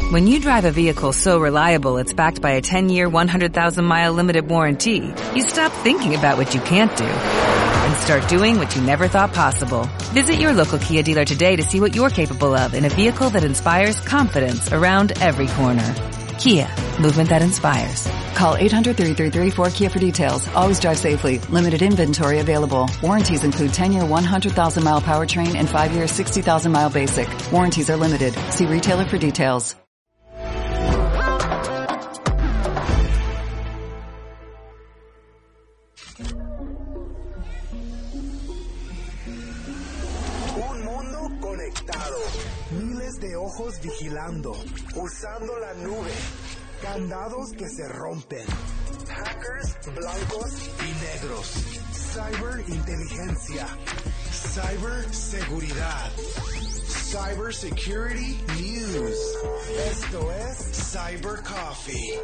When you drive a vehicle so reliable it's backed by a 10-year, 100,000-mile limited warranty, you stop thinking about what you can't do and start doing what you never thought possible. Visit your local Kia dealer today to see what you're capable of in a vehicle that inspires confidence around every corner. Kia, movement that inspires. Call 800-3334-KIA for details. Always drive safely. Limited inventory available. Warranties include 10-year, 100,000-mile powertrain and 5-year, 60,000-mile basic. Warranties are limited. See retailer for details. Un mundo conectado. Miles de ojos vigilando. Usando la nube. Candados que se rompen. Hackers blancos y negros. Cyberinteligencia. Cyberseguridad. Cybersecurity News. Esto es Cyber Coffee.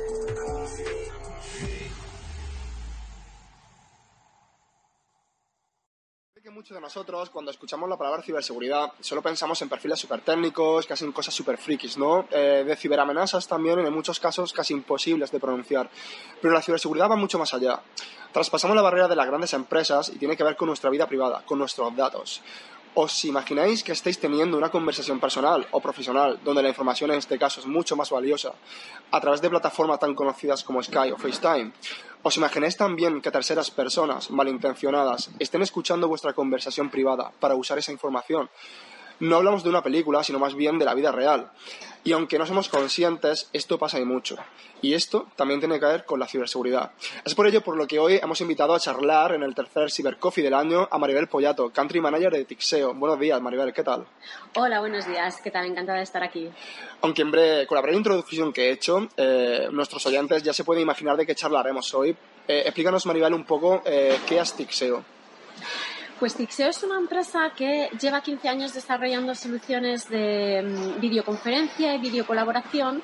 Que muchos de nosotros, cuando escuchamos la palabra ciberseguridad, solo pensamos en perfiles súper técnicos, que hacen cosas súper frikis, ¿no? De ciberamenazas también, en muchos casos casi imposibles de pronunciar. Pero la ciberseguridad va mucho más allá. Traspasamos la barrera de las grandes empresas y tiene que ver con nuestra vida privada, con nuestros datos. ¿Os imagináis que estáis teniendo una conversación personal o profesional, donde la información en este caso es mucho más valiosa, a través de plataformas tan conocidas como Skype o FaceTime? ¿Os imagináis también que terceras personas malintencionadas estén escuchando vuestra conversación privada para usar esa información? No hablamos de una película, sino más bien de la vida real. Y aunque no somos conscientes, esto pasa y mucho. Y esto también tiene que ver con la ciberseguridad. Es por ello por lo que hoy hemos invitado a charlar en el tercer Cyber Coffee del año a Maribel Pollato, Country Manager de Tixeo. Buenos días, Maribel, ¿qué tal? Hola, buenos días, ¿qué tal? Encantada de estar aquí. Aunque con la breve introducción que he hecho, nuestros oyentes ya se pueden imaginar de qué charlaremos hoy. Explícanos, Maribel, un poco qué es Tixeo. Pues Tixeo es una empresa que lleva 15 años desarrollando soluciones de videoconferencia y videocolaboración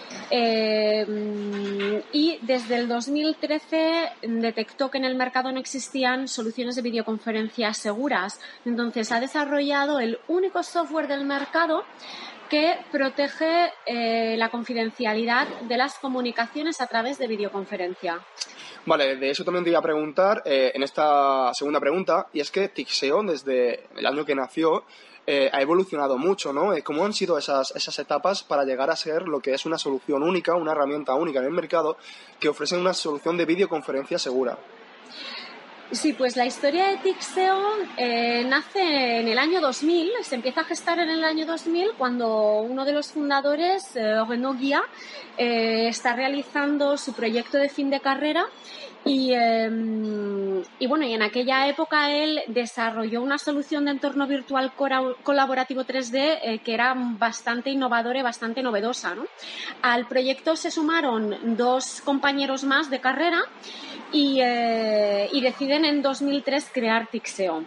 y desde el 2013 detectó que en el mercado no existían soluciones de videoconferencia seguras. Entonces ha desarrollado el único software del mercado que protege la confidencialidad de las comunicaciones a través de videoconferencia. Vale, de eso también te iba a preguntar en esta segunda pregunta, y es que Tixeo, desde el año que nació, ha evolucionado mucho, ¿no? ¿Cómo han sido esas etapas para llegar a ser lo que es una solución única, una herramienta única en el mercado que ofrece una solución de videoconferencia segura? Sí, pues la historia de Tixeo nace en el año 2000, se empieza a gestar en el año 2000 cuando uno de los fundadores, Renaud Guia, está realizando su proyecto de fin de carrera y bueno, y en aquella época él desarrolló una solución de entorno virtual colaborativo 3D que era bastante innovadora y bastante novedosa, ¿no? Al proyecto se sumaron 2 compañeros más de carrera y deciden en 2003 crear Tixeo.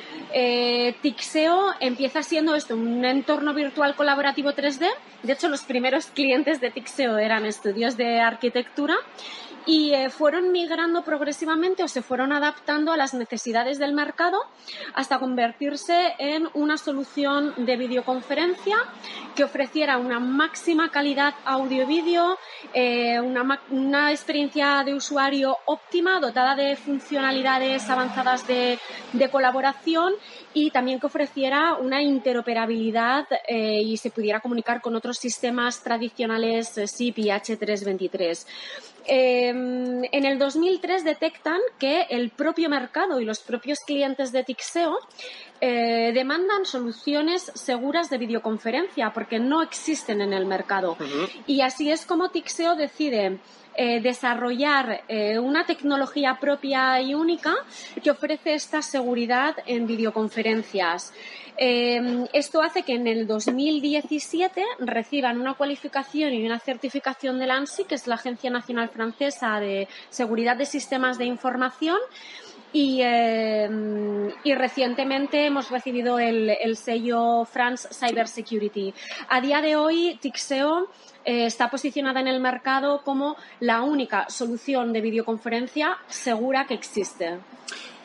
Tixeo empieza siendo esto, un entorno virtual colaborativo 3D. De hecho, los primeros clientes de Tixeo eran estudios de arquitectura y fueron migrando progresivamente o se fueron adaptando a las necesidades del mercado hasta convertirse en una solución de videoconferencia que ofreciera una máxima calidad audio-vídeo, una experiencia de usuario óptima, dotada de funcionalidades avanzadas de colaboración y también que ofreciera una interoperabilidad y se pudiera comunicar con otros sistemas tradicionales SIP y H323. En el 2003 detectan que el propio mercado y los propios clientes de Tixeo demandan soluciones seguras de videoconferencia porque no existen en el mercado. Uh-huh. Y así es como Tixeo decide desarrollar una tecnología propia y única que ofrece esta seguridad en videoconferencias. Esto hace que en el 2017 reciban una cualificación y una certificación de la ANSI, que es la Agencia Nacional Francesa de Seguridad de Sistemas de Información, y recientemente hemos recibido el sello France Cyber Security. A día de hoy, Tixeo está posicionada en el mercado como la única solución de videoconferencia segura que existe.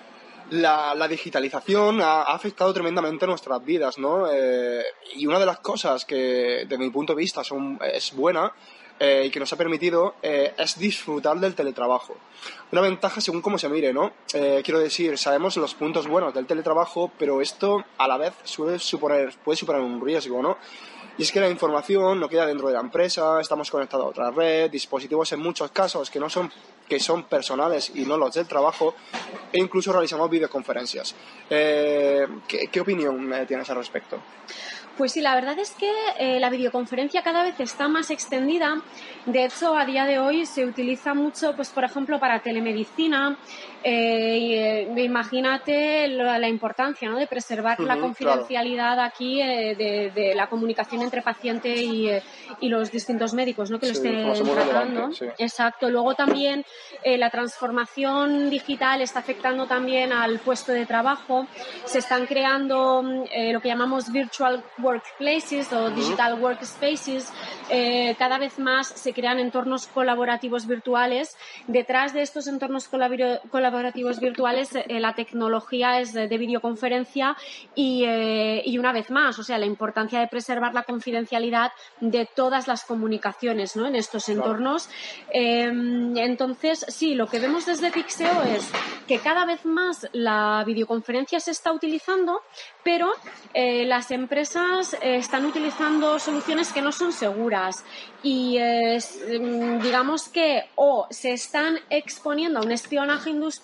La digitalización ha afectado tremendamente nuestras vidas, ¿no? Y una de las cosas que, desde mi punto de vista, es buena y que nos ha permitido es disfrutar del teletrabajo. Una ventaja según cómo se mire, ¿no? Quiero decir, sabemos los puntos buenos del teletrabajo, pero esto a la vez puede suponer un riesgo, ¿no? Y es que la información no queda dentro de la empresa, estamos conectados a otra red, dispositivos en muchos casos que son personales y no los del trabajo, e incluso realizamos videoconferencias. ¿Qué opinión tienes al respecto? Pues sí, la verdad es que la videoconferencia cada vez está más extendida. De hecho, a día de hoy se utiliza mucho, pues por ejemplo, para telemedicina. Imagínate la importancia, ¿no?, de preservar la confidencialidad, claro, aquí de la comunicación entre paciente y los distintos médicos, ¿no?, que lo estén tratando. Sí. Exacto. Luego también la transformación digital está afectando también al puesto de trabajo. Se están creando lo que llamamos virtual workplaces o digital workspaces. Cada vez más se crean entornos colaborativos virtuales. Detrás de estos entornos colaborativos virtuales, la tecnología es de videoconferencia y una vez más, o sea, la importancia de preservar la confidencialidad de todas las comunicaciones, ¿no?, en estos entornos. Entonces, sí, lo que vemos desde Tixeo es que cada vez más la videoconferencia se está utilizando, pero las empresas están utilizando soluciones que no son seguras y digamos que o se están exponiendo a un espionaje industrial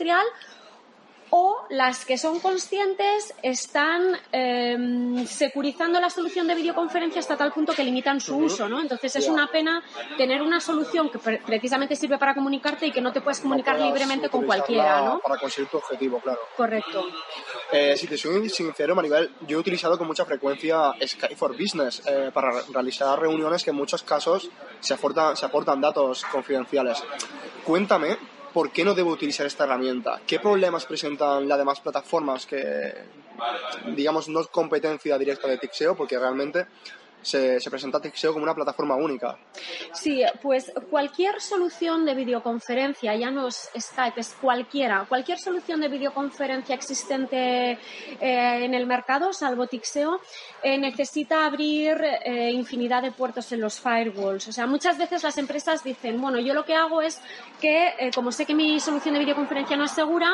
o las que son conscientes están securizando la solución de videoconferencia hasta tal punto que limitan su uso, ¿no? Entonces es una pena tener una solución que precisamente sirve para comunicarte y que no te puedes comunicar libremente con cualquiera, ¿no? Para conseguir tu objetivo, claro. Correcto. Si te soy sincero, Maribel, yo he utilizado con mucha frecuencia Skype for Business para realizar reuniones que en muchos casos se aportan datos confidenciales. Cuéntame, ¿por qué no debo utilizar esta herramienta? ¿Qué problemas presentan las demás plataformas que, digamos, no es competencia directa de Tixeo, porque realmente se presenta Tixeo como una plataforma única? Sí, pues cualquier solución de videoconferencia, ya no es Skype, es cualquier solución de videoconferencia existente en el mercado, salvo Tixeo, necesita abrir infinidad de puertos en los firewalls. O sea, muchas veces las empresas dicen, bueno, yo lo que hago es que, como sé que mi solución de videoconferencia no es segura,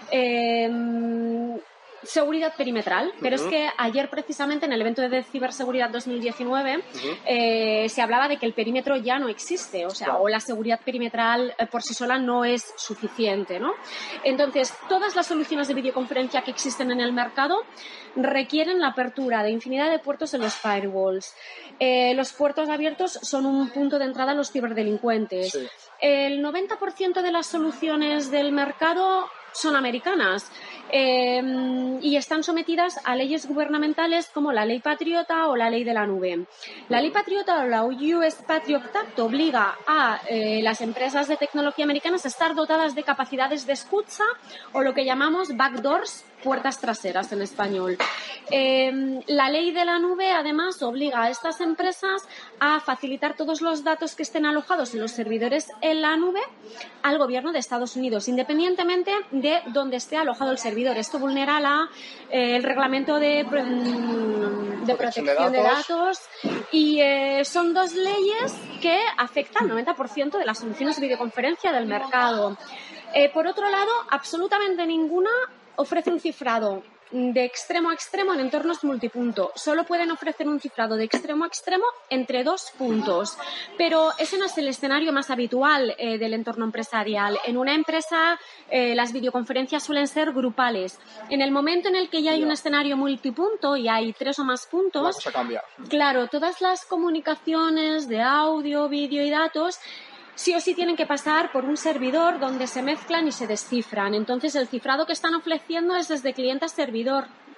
seguridad perimetral, pero es que ayer precisamente en el evento de ciberseguridad 2019 se hablaba de que el perímetro ya no existe, o sea, o la seguridad perimetral por sí sola no es suficiente, ¿no? Entonces, todas las soluciones de videoconferencia que existen en el mercado requieren la apertura de infinidad de puertos en los firewalls. Los puertos abiertos son un punto de entrada a los ciberdelincuentes. Sí. El 90% de las soluciones del mercado son americanas y están sometidas a leyes gubernamentales como la Ley Patriota o la Ley de la Nube. La Ley Patriota o la US Patriot Act obliga a las empresas de tecnología americanas a estar dotadas de capacidades de escucha o lo que llamamos backdoors, puertas traseras en español. La Ley de la Nube, además, obliga a estas empresas a facilitar todos los datos que estén alojados en los servidores en la nube al gobierno de Estados Unidos, independientemente de dónde esté alojado el servidor. Esto vulnera el reglamento de protección de datos y son dos leyes que afectan al 90% de las soluciones de videoconferencia del mercado. Por otro lado, absolutamente ninguna ofrece un cifrado de extremo a extremo en entornos multipunto. Solo pueden ofrecer un cifrado de extremo a extremo entre 2 puntos. Pero ese no es el escenario más habitual del entorno empresarial. En una empresa las videoconferencias suelen ser grupales. En el momento en el que ya hay un escenario multipunto y hay 3 o más puntos, la cosa cambia. Claro, todas las comunicaciones de audio, vídeo y datos sí o sí tienen que pasar por un servidor donde se mezclan y se descifran. Entonces, el cifrado que están ofreciendo es desde cliente a servidor.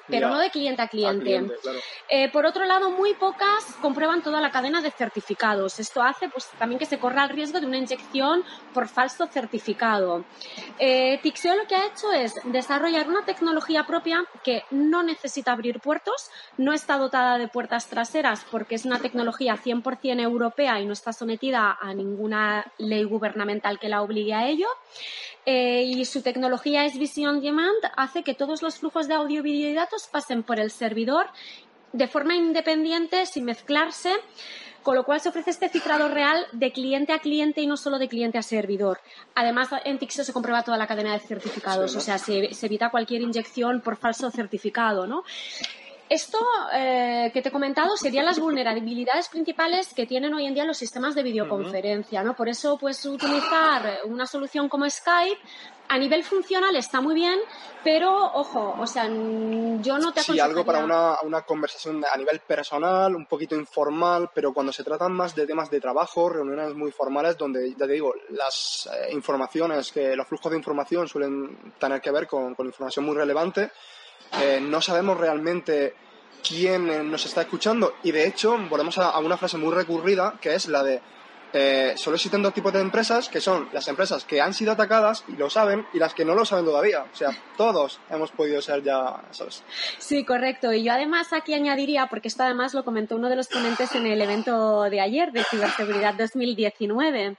pero Ya. no de cliente a cliente. Claro. Por otro lado, muy pocas comprueban toda la cadena de certificados. Esto hace pues, también que se corra el riesgo de una inyección por falso certificado. Tixeo lo que ha hecho es desarrollar una tecnología propia que no necesita abrir puertos, no está dotada de puertas traseras porque es una tecnología 100% europea y no está sometida a ninguna ley gubernamental que la obligue a ello. Y su tecnología es Vision on Demand, hace que todos los flujos de audio, vídeo y datos pasen por el servidor de forma independiente, sin mezclarse, con lo cual se ofrece este cifrado real de cliente a cliente y no solo de cliente a servidor. Además, en Tixeo se comprueba toda la cadena de certificados, Sí, ¿no? o sea, se evita cualquier inyección por falso certificado, ¿no? Esto que te he comentado serían las vulnerabilidades principales que tienen hoy en día los sistemas de videoconferencia, ¿no? Por eso, pues, utilizar una solución como Skype a nivel funcional está muy bien, pero, ojo, o sea, yo no te aconsejaría... Sí, algo para una conversación a nivel personal, un poquito informal, pero cuando se tratan más de temas de trabajo, reuniones muy formales, donde, ya te digo, las informaciones, que los flujos de información suelen tener que ver con información muy relevante, no sabemos realmente quién nos está escuchando y de hecho volvemos a una frase muy recurrida que es la de solo existen dos tipos de empresas, que son las empresas que han sido atacadas y lo saben y las que no lo saben todavía. O sea, todos hemos podido ser ya, ¿sabes? Sí, correcto. Y yo además aquí añadiría, porque esto además lo comentó uno de los ponentes en el evento de ayer de Ciberseguridad 2019,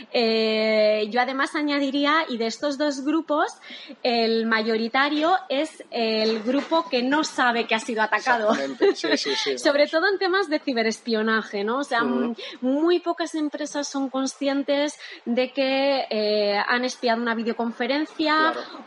yo además añadiría, y de estos dos grupos, el mayoritario es el grupo que no sabe que ha sido atacado. Exactamente. Sí. Sobre todo en temas de ciberespionaje, ¿no? O sea, muy pocas empresas son conscientes de que han espiado una videoconferencia, Claro.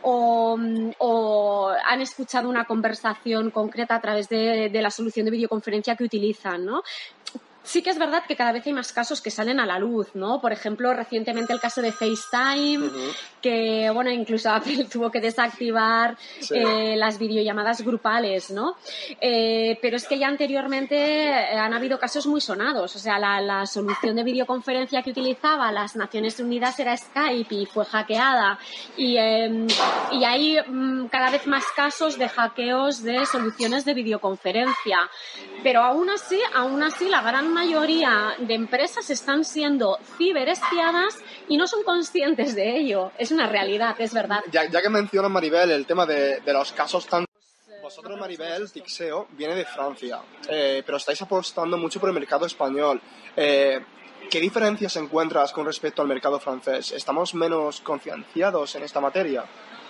o han escuchado una conversación concreta a través de la solución de videoconferencia que utilizan, ¿no? Sí que es verdad que cada vez hay más casos que salen a la luz, ¿no? Por ejemplo, recientemente el caso de FaceTime, que, bueno, incluso Apple tuvo que desactivar las videollamadas grupales, ¿no? Pero es que ya anteriormente han habido casos muy sonados. O sea, la solución de videoconferencia que utilizaba las Naciones Unidas era Skype y fue hackeada. Y hay cada vez más casos de hackeos de soluciones de videoconferencia. Pero aún así, la gran mayoría de empresas están siendo ciberespiadas y no son conscientes de ello. Es una realidad, es verdad. Ya que mencionas, Maribel, el tema de los casos tan... Vosotros, Maribel, Tixeo, viene de Francia, pero estáis apostando mucho por el mercado español. ¿Qué diferencias encuentras con respecto al mercado francés? ¿Estamos menos concienciados en esta materia?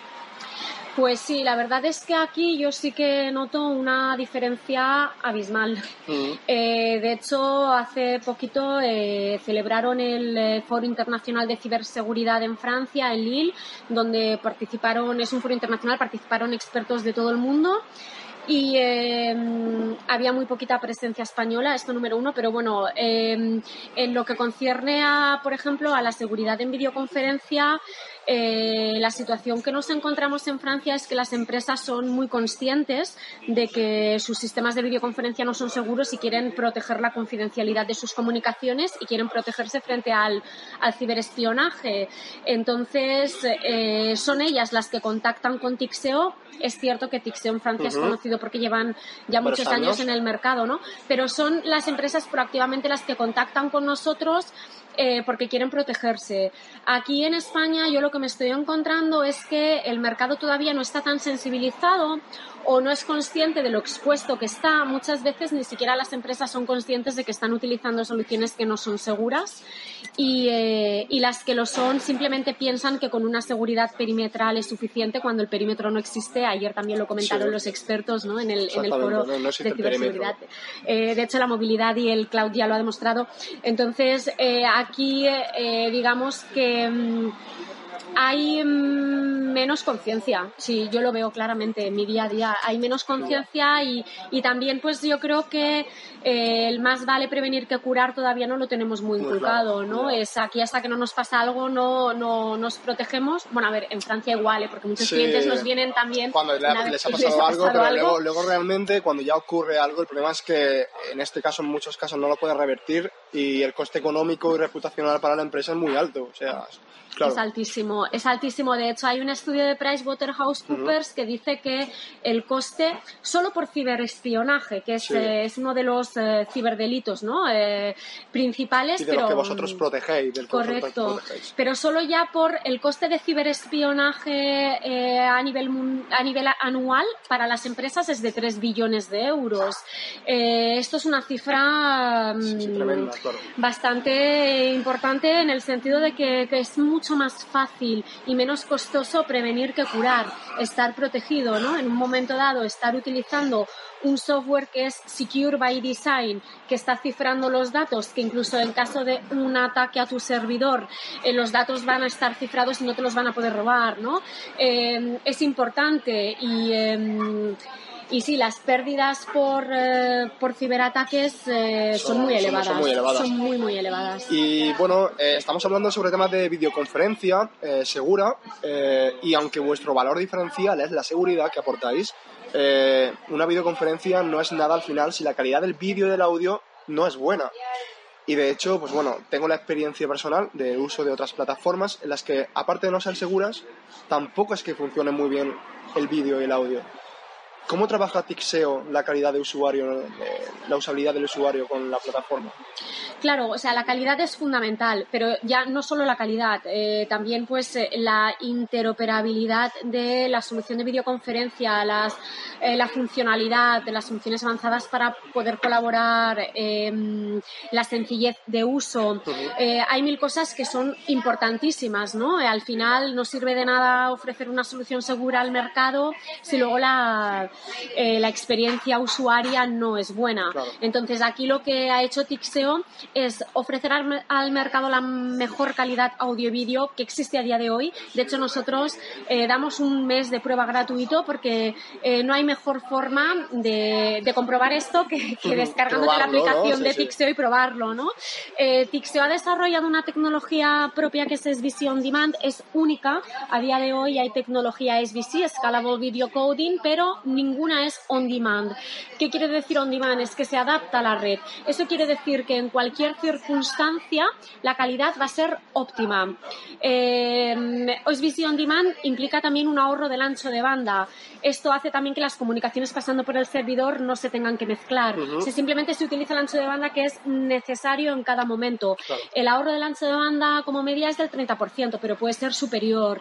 Pues sí, la verdad es que aquí yo sí que noto una diferencia abismal. De hecho, hace poquito celebraron el Foro Internacional de Ciberseguridad en Francia, en Lille, donde es un foro internacional, participaron expertos de todo el mundo. Y había muy poquita presencia española, esto número uno, pero bueno, en lo que concierne por ejemplo, a la seguridad en videoconferencia, la situación que nos encontramos en Francia es que las empresas son muy conscientes de que sus sistemas de videoconferencia no son seguros y quieren proteger la confidencialidad de sus comunicaciones y quieren protegerse frente al ciberespionaje. Entonces, son ellas las que contactan con Tixeo. Es cierto que Tixeo en Francia es conocido porque llevan ya muchos años en el mercado, ¿no? Pero son las empresas proactivamente las que contactan con nosotros porque quieren protegerse. Aquí en España yo lo que me estoy encontrando es que el mercado todavía no está tan sensibilizado o no es consciente de lo expuesto que está. Muchas veces ni siquiera las empresas son conscientes de que están utilizando soluciones que no son seguras y las que lo son simplemente piensan que con una seguridad perimetral es suficiente cuando el perímetro no existe. Ayer también lo comentaron los expertos, ¿no? en el foro de ciberseguridad. De hecho, la movilidad y el cloud ya lo ha demostrado. Entonces, aquí digamos que hay menos conciencia. Sí, yo lo veo claramente en mi día a día. Hay menos conciencia y también pues yo creo que el más vale prevenir que curar todavía no lo tenemos muy inculcado, ¿no? Es aquí hasta que no nos pasa algo no nos protegemos. Bueno, a ver, en Francia igual, porque muchos clientes nos vienen también cuando les ha pasado algo, pero luego realmente cuando ya ocurre algo, el problema es que en este caso, en muchos casos, no lo pueden revertir y el coste económico y reputacional para la empresa es muy alto. O sea, claro. Es altísimo. De hecho, hay un estudio estudio de PricewaterhouseCoopers que dice que el coste, solo por ciberespionaje, que es uno de los ciberdelitos, ¿no? Principales, y de los que vosotros protegéis, del correcto, protegéis. Pero solo ya por el coste de ciberespionaje a nivel anual para las empresas es de 3 billones de euros. Esto es una cifra tremenda, claro. Bastante importante en el sentido de que es mucho más fácil y menos costoso prevenir que curar, estar protegido, ¿no? En un momento dado, estar utilizando un software que es Secure by Design, que está cifrando los datos, que incluso en caso de un ataque a tu servidor, los datos van a estar cifrados y no te los van a poder robar, ¿no? Es importante y sí, las pérdidas por ciberataques son muy elevadas. Son muy elevadas. Y bueno, estamos hablando sobre temas de videoconferencia segura y aunque vuestro valor diferencial es la seguridad que aportáis, una videoconferencia no es nada al final si la calidad del vídeo y del audio no es buena. Y de hecho, pues bueno, tengo la experiencia personal de uso de otras plataformas en las que, aparte de no ser seguras, tampoco es que funcione muy bien el vídeo y el audio. ¿Cómo trabaja Tixeo la calidad de usuario, la usabilidad del usuario con la plataforma? Claro, o sea, la calidad es fundamental, pero ya no solo la calidad, también pues la interoperabilidad de la solución de videoconferencia, la funcionalidad de las funciones avanzadas para poder colaborar, la sencillez de uso. Hay 1000 cosas que son importantísimas, ¿no? Al final no sirve de nada ofrecer una solución segura al mercado si luego la experiencia usuaria no es buena. Claro. Entonces aquí lo que ha hecho Tixeo es ofrecer al mercado la mejor calidad audio y vídeo que existe a día de hoy. De hecho, nosotros damos un mes de prueba gratuito porque no hay mejor forma de comprobar esto que descargándote la aplicación, ¿no? de Tixeo y probarlo, ¿no? Tixeo ha desarrollado una tecnología propia que es SVC On Demand, es única. A día de hoy hay tecnología SVC, Scalable Video Coding, pero ninguna es On Demand. ¿Qué quiere decir On Demand? Es que se adapta a la red. Eso quiere decir que en cualquier circunstancia la calidad va a ser óptima. SVC On Demand implica también un ahorro del ancho de banda. Esto hace también que las comunicaciones pasando por el servidor no se tengan que mezclar. Simplemente se utiliza el ancho de banda que es necesario en cada momento. Claro. El ahorro del ancho de banda como media es del 30%, pero puede ser superior.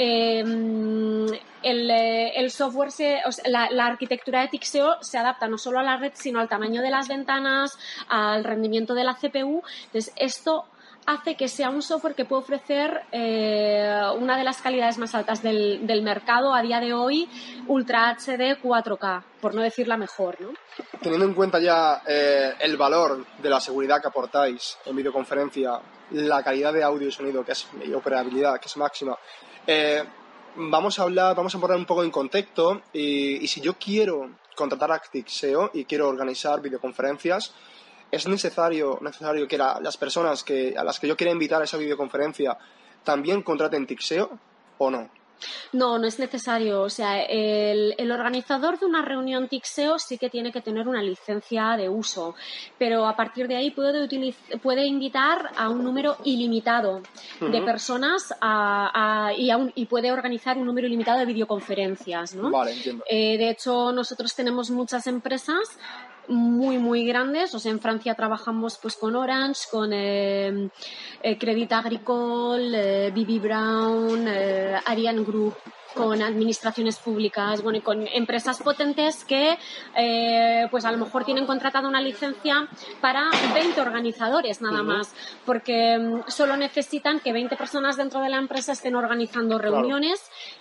El software, la arquitectura de Tixeo se adapta no solo a la red, sino al tamaño de las ventanas, al rendimiento de la CPU. Entonces, esto hace que sea un software que puede ofrecer una de las calidades más altas del mercado a día de hoy, Ultra HD 4K, por no decir la mejor, ¿no? Teniendo en cuenta ya el valor de la seguridad que aportáis en videoconferencia, la calidad de audio y sonido, que es y operabilidad, que es máxima, vamos a poner un poco en contexto y si yo quiero contratar a Tixeo y quiero organizar videoconferencias, ¿es necesario que las personas a las que yo quiera invitar a esa videoconferencia también contraten Tixeo o no? No, no es necesario. O sea, el organizador de una reunión Tixeo sí que tiene que tener una licencia de uso, pero a partir de ahí puede invitar a un número ilimitado de personas y puede organizar un número ilimitado de videoconferencias, ¿no? Vale, entiendo. De hecho, nosotros tenemos muchas empresas muy grandes. O sea, en Francia trabajamos pues con Orange, con Crédit Agricole, BB Brown, Ariane Group, con administraciones públicas, bueno, y con empresas potentes que pues a lo mejor tienen contratada una licencia para 20 organizadores nada más, porque solo necesitan que 20 personas dentro de la empresa estén organizando reuniones,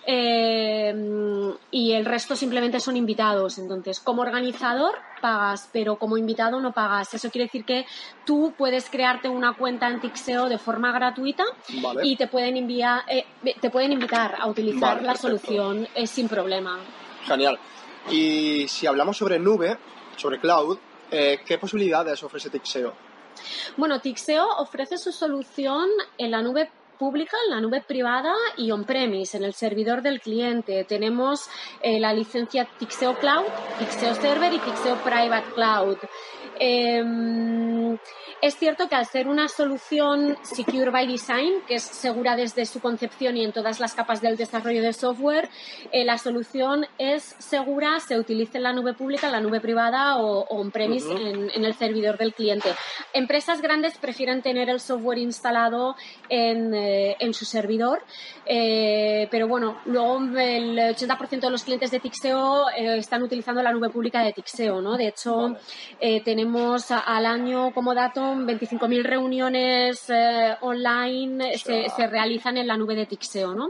y el resto simplemente son invitados. Entonces, como organizador pagas, pero como invitado no pagas. Eso quiere decir que tú puedes crearte una cuenta en Tixeo de forma gratuita, y te pueden invitar a utilizar la solución sin problema. Genial. Y si hablamos sobre nube, sobre cloud, ¿qué posibilidades ofrece Tixeo? Bueno, Tixeo ofrece su solución en la nube pública, en la nube privada y on-premise, en el servidor del cliente. Tenemos la licencia Tixeo Cloud, Tixeo Server y Tixeo Private Cloud. Es cierto que al ser una solución Secure by Design, que es segura desde su concepción y en todas las capas del desarrollo de software, la solución es segura, se utilice en la nube pública, en la nube privada o on-premise en el servidor del cliente. Empresas grandes prefieren tener el software instalado en su servidor, pero bueno, luego el 80% de los clientes de Tixeo están utilizando la nube pública de Tixeo, ¿no? De hecho, tenemos al año como dato 25.000 reuniones online se realizan en la nube de Tixeo, ¿no?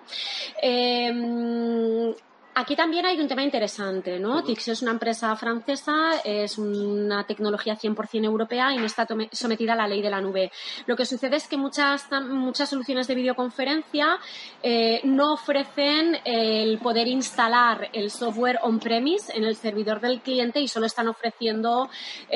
Aquí también hay un tema interesante, ¿no? Tixeo es una empresa francesa, es una tecnología 100% europea y no está sometida a la ley de la nube. Lo que sucede es que muchas soluciones de videoconferencia no ofrecen el poder instalar el software on-premise en el servidor del cliente y solo están ofreciendo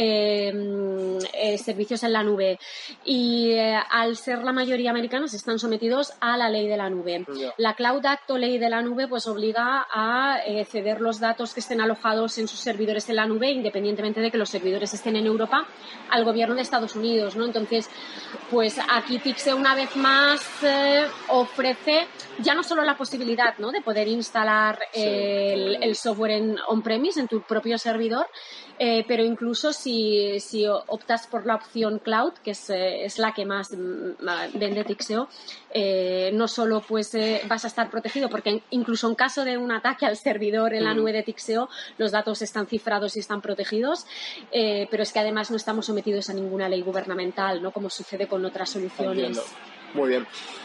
servicios en la nube. Y al ser la mayoría americanos están sometidos a la ley de la nube. La Cloud Act o ley de la nube pues obliga a ceder los datos que estén alojados en sus servidores en la nube, independientemente de que los servidores estén en Europa, al gobierno de Estados Unidos, ¿no? Entonces, pues aquí Tixeo una vez más ofrece ya no solo la posibilidad, ¿no?, de poder instalar el software en on-premise, en tu propio servidor, pero incluso si optas por la opción cloud, que es la que más vende Tixeo, no solo pues vas a estar protegido, porque incluso en caso de un ataque al servidor en la nube de Tixeo, los datos están cifrados y están protegidos, pero es que además no estamos sometidos a ninguna ley gubernamental, ¿no?, como sucede con otras soluciones. Entiendo. Muy bien.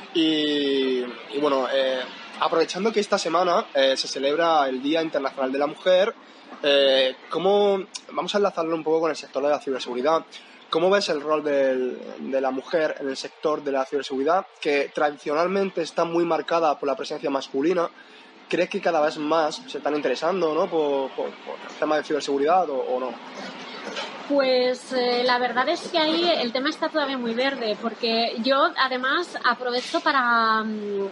Y bueno, aprovechando que esta semana se celebra el Día Internacional de la Mujer, vamos a enlazarlo un poco con el sector de la ciberseguridad. ¿Cómo ves el rol de la mujer en el sector de la ciberseguridad, que tradicionalmente está muy marcada por la presencia masculina? ¿Crees que cada vez más se están interesando, ¿no?, por el tema de ciberseguridad o no? Pues la verdad es que ahí el tema está todavía muy verde, porque yo además aprovecho para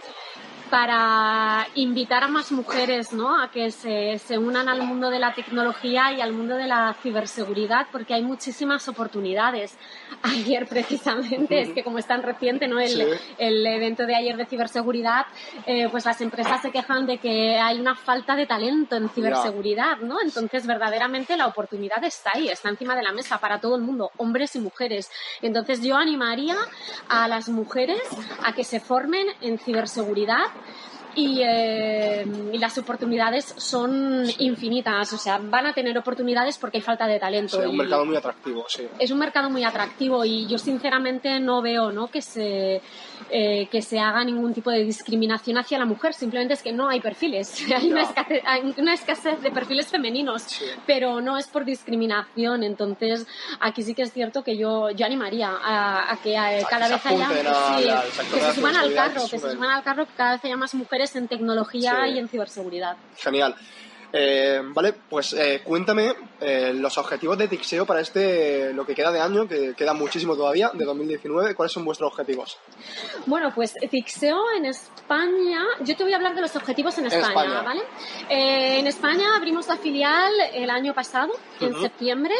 invitar a más mujeres, ¿no?, a que se unan al mundo de la tecnología y al mundo de la ciberseguridad, porque hay muchísimas oportunidades. Ayer precisamente, es que como es tan reciente, ¿no?, el evento de ayer de ciberseguridad, pues las empresas se quejan de que hay una falta de talento en ciberseguridad, ¿no? Entonces verdaderamente la oportunidad está ahí, está encima de la mesa para todo el mundo, hombres y mujeres. Entonces yo animaría a las mujeres a que se formen en ciberseguridad. Y las oportunidades son infinitas, o sea, van a tener oportunidades porque hay falta de talento. Sí, un mercado muy atractivo, sí. Es un mercado muy atractivo y yo sinceramente no veo, ¿no?, que se haga ningún tipo de discriminación hacia la mujer, simplemente es que no hay perfiles, hay una escasez de perfiles femeninos, pero no es por discriminación. Entonces aquí sí que es cierto que yo animaría a que cada vez haya que se suban al carro, que cada vez haya más mujeres en tecnología y en ciberseguridad. Genial. Vale, pues cuéntame los objetivos de Tixeo para lo que queda de año, que queda muchísimo todavía, de 2019. ¿Cuáles son vuestros objetivos? Bueno, pues Tixeo en España, yo te voy a hablar de los objetivos en España, ¿vale? En España abrimos la filial el año pasado, en septiembre,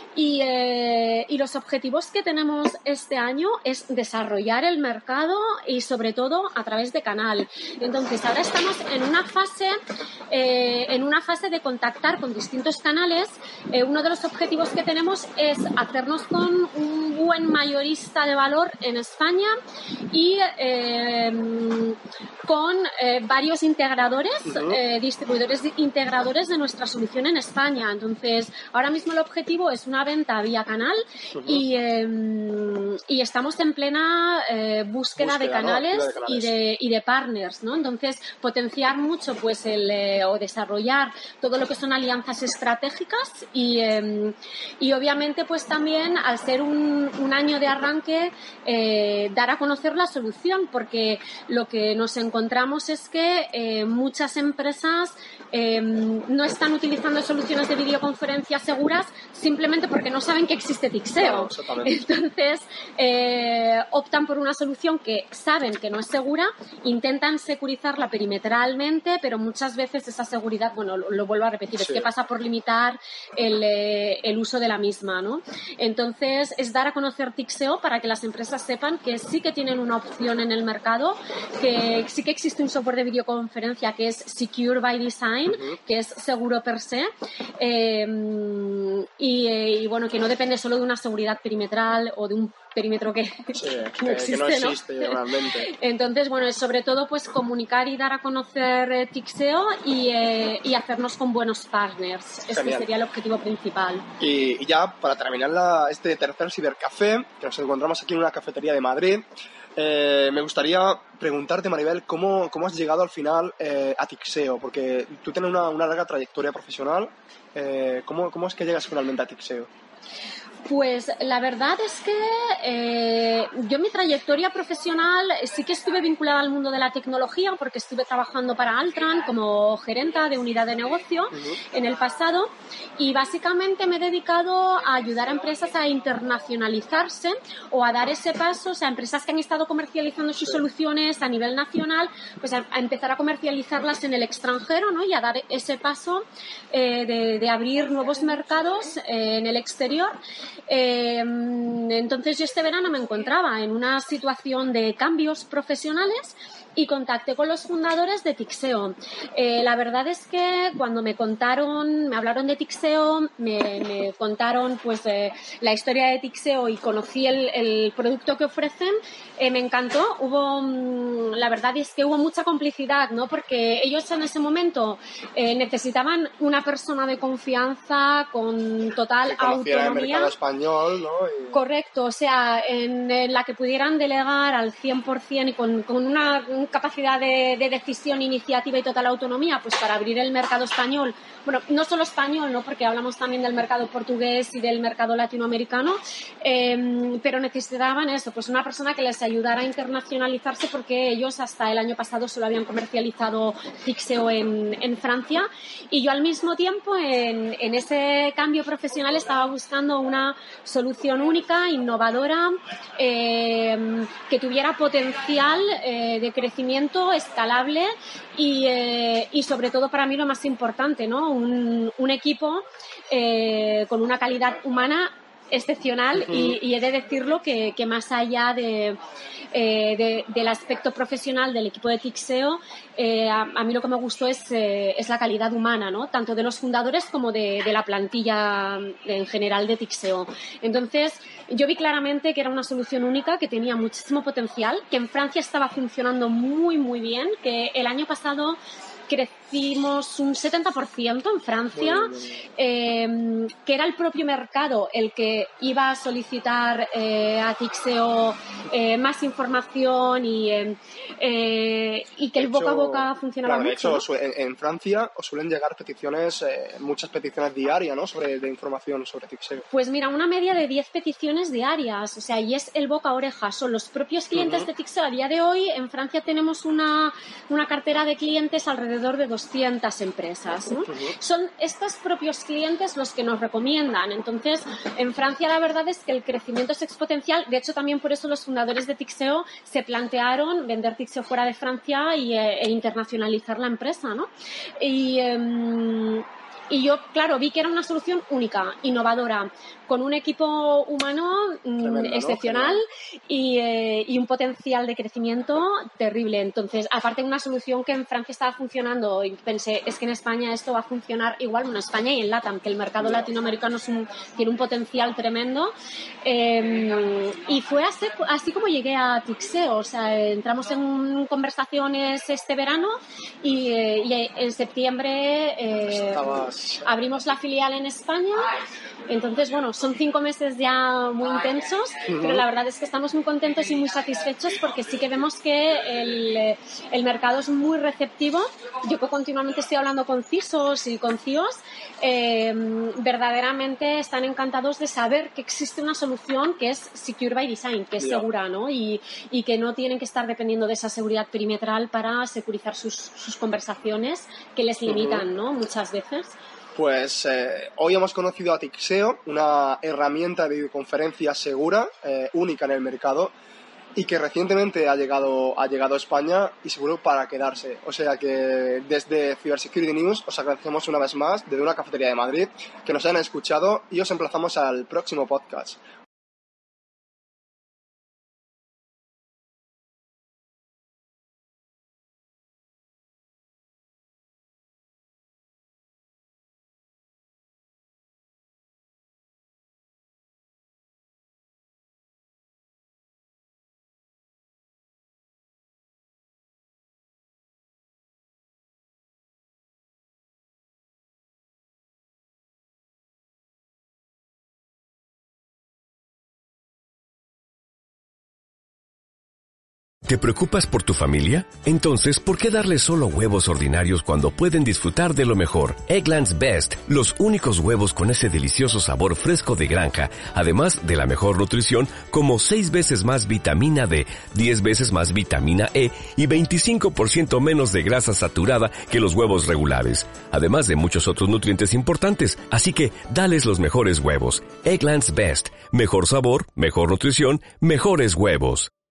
y los objetivos que tenemos este año es desarrollar el mercado y sobre todo a través de canal. Entonces ahora estamos en una fase de contactar con distintos canales. Uno de los objetivos que tenemos es hacernos con un buen mayorista de valor en España y con varios integradores, distribuidores integradores de nuestra solución en España. Entonces ahora mismo el objetivo es una venta vía canal y estamos en plena búsqueda de canales, ¿no?, y de partners, ¿no? Entonces potenciar mucho pues o desarrollar todo lo que son alianzas estratégicas y obviamente pues también al ser un un año de arranque dar a conocer la solución, porque lo que nos encontramos es que muchas empresas no están utilizando soluciones de videoconferencia seguras simplemente porque no saben que existe Tixeo. Claro, entonces optan por una solución que saben que no es segura, intentan securizarla perimetralmente, pero muchas veces esa seguridad, bueno, lo vuelvo a repetir, es que pasa por limitar el uso de la misma, ¿no? Entonces es dar a conocer Tixeo para que las empresas sepan que sí que tienen una opción en el mercado, que sí que existe un software de videoconferencia que es Secure by Design, que es seguro per se, y bueno, que no depende solo de una seguridad perimetral o de un perímetro que no existe, ¿no? Realmente. Entonces, bueno, es sobre todo pues comunicar y dar a conocer Tixeo y hacernos con buenos partners. Genial. Este sería el objetivo principal. Y ya para terminar este tercer cibercafé, que nos encontramos aquí en una cafetería de Madrid, me gustaría preguntarte, Maribel, ¿cómo has llegado al final a Tixeo? Porque tú tienes una larga trayectoria profesional. ¿Cómo es que llegas finalmente a Tixeo? Pues la verdad es que yo en mi trayectoria profesional sí que estuve vinculada al mundo de la tecnología, porque estuve trabajando para Altran como gerenta de unidad de negocio en el pasado, y básicamente me he dedicado a ayudar a empresas a internacionalizarse o a dar ese paso, o sea, empresas que han estado comercializando sus soluciones a nivel nacional, pues a empezar a comercializarlas en el extranjero, ¿no? Y a dar ese paso de abrir nuevos mercados en el exterior. Entonces yo este verano me encontraba en una situación de cambios profesionales y contacté con los fundadores de Tixeo. La verdad es que cuando me hablaron de Tixeo, me contaron pues la historia de Tixeo y conocí el producto que ofrecen, me encantó. La verdad es que hubo mucha complicidad, ¿no? Porque ellos en ese momento necesitaban una persona de confianza con total que conociera autonomía. El mercado español, ¿no? Correcto, o sea, en la que pudieran delegar al 100% y con una capacidad de decisión, iniciativa y total autonomía, pues para abrir el mercado español. Bueno, no solo español, ¿no? Porque hablamos también del mercado portugués y del mercado latinoamericano, pero necesitaban eso, pues una persona que les ayudara a internacionalizarse, porque ellos hasta el año pasado solo habían comercializado Tixeo en Francia, y yo al mismo tiempo en ese cambio profesional estaba buscando una solución única, innovadora, que tuviera potencial de crecimiento escalable y sobre todo para mí lo más importante, ¿no? Un equipo con una calidad humana excepcional y he de decirlo que más allá del aspecto profesional del equipo de Tixeo, a mí lo que me gustó es la calidad humana, ¿no? Tanto de los fundadores como de la plantilla en general de Tixeo. Entonces yo vi claramente que era una solución única, que tenía muchísimo potencial, que en Francia estaba funcionando muy muy bien, que el año pasado crecimos un 70% en Francia, que era el propio mercado el que iba a solicitar a Tixeo más información y que el boca a boca funcionaba mucho. De hecho, en Francia os suelen llegar peticiones, muchas peticiones diarias, ¿no? De información sobre Tixeo. Pues mira, una media de 10 peticiones diarias, o sea, y es el boca a oreja, son los propios clientes de Tixeo. A día de hoy en Francia tenemos una cartera de clientes alrededor de 200 empresas, ¿no? Son estos propios clientes los que nos recomiendan. Entonces, en Francia la verdad es que el crecimiento es exponencial. De hecho, también por eso los fundadores de Tixeo se plantearon vender Tixeo fuera de Francia e internacionalizar la empresa, ¿no? Y yo, claro, vi que era una solución única, innovadora, con un equipo humano excepcional, ¿no? y un potencial de crecimiento terrible. Entonces, aparte de una solución que en Francia estaba funcionando, y pensé, es que en España esto va a funcionar igual, bueno, en España y en LATAM, que el mercado latinoamericano tiene un potencial tremendo. Y fue así como llegué a Tixeo. O sea, entramos en conversaciones este verano y en septiembre abrimos la filial en España. Entonces, bueno, son 5 meses ya muy intensos, pero la verdad es que estamos muy contentos y muy satisfechos porque sí que vemos que el mercado es muy receptivo. Yo continuamente estoy hablando con CISOs y con CIOs, verdaderamente están encantados de saber que existe una solución que es Secure by Design, que es segura, ¿no? Y que no tienen que estar dependiendo de esa seguridad perimetral para securizar sus conversaciones que les limitan, ¿no? Muchas veces. Pues hoy hemos conocido a Tixeo, una herramienta de videoconferencia segura, única en el mercado, y que recientemente ha llegado a España y seguro para quedarse. O sea que desde Cybersecurity News os agradecemos una vez más, desde una cafetería de Madrid, que nos hayan escuchado y os emplazamos al próximo podcast. ¿Te preocupas por tu familia? Entonces, ¿por qué darles solo huevos ordinarios cuando pueden disfrutar de lo mejor? Eggland's Best, los únicos huevos con ese delicioso sabor fresco de granja, además de la mejor nutrición, como 6 veces más vitamina D, 10 veces más vitamina E y 25% menos de grasa saturada que los huevos regulares, además de muchos otros nutrientes importantes. Así que, dales los mejores huevos. Eggland's Best, mejor sabor, mejor nutrición, mejores huevos.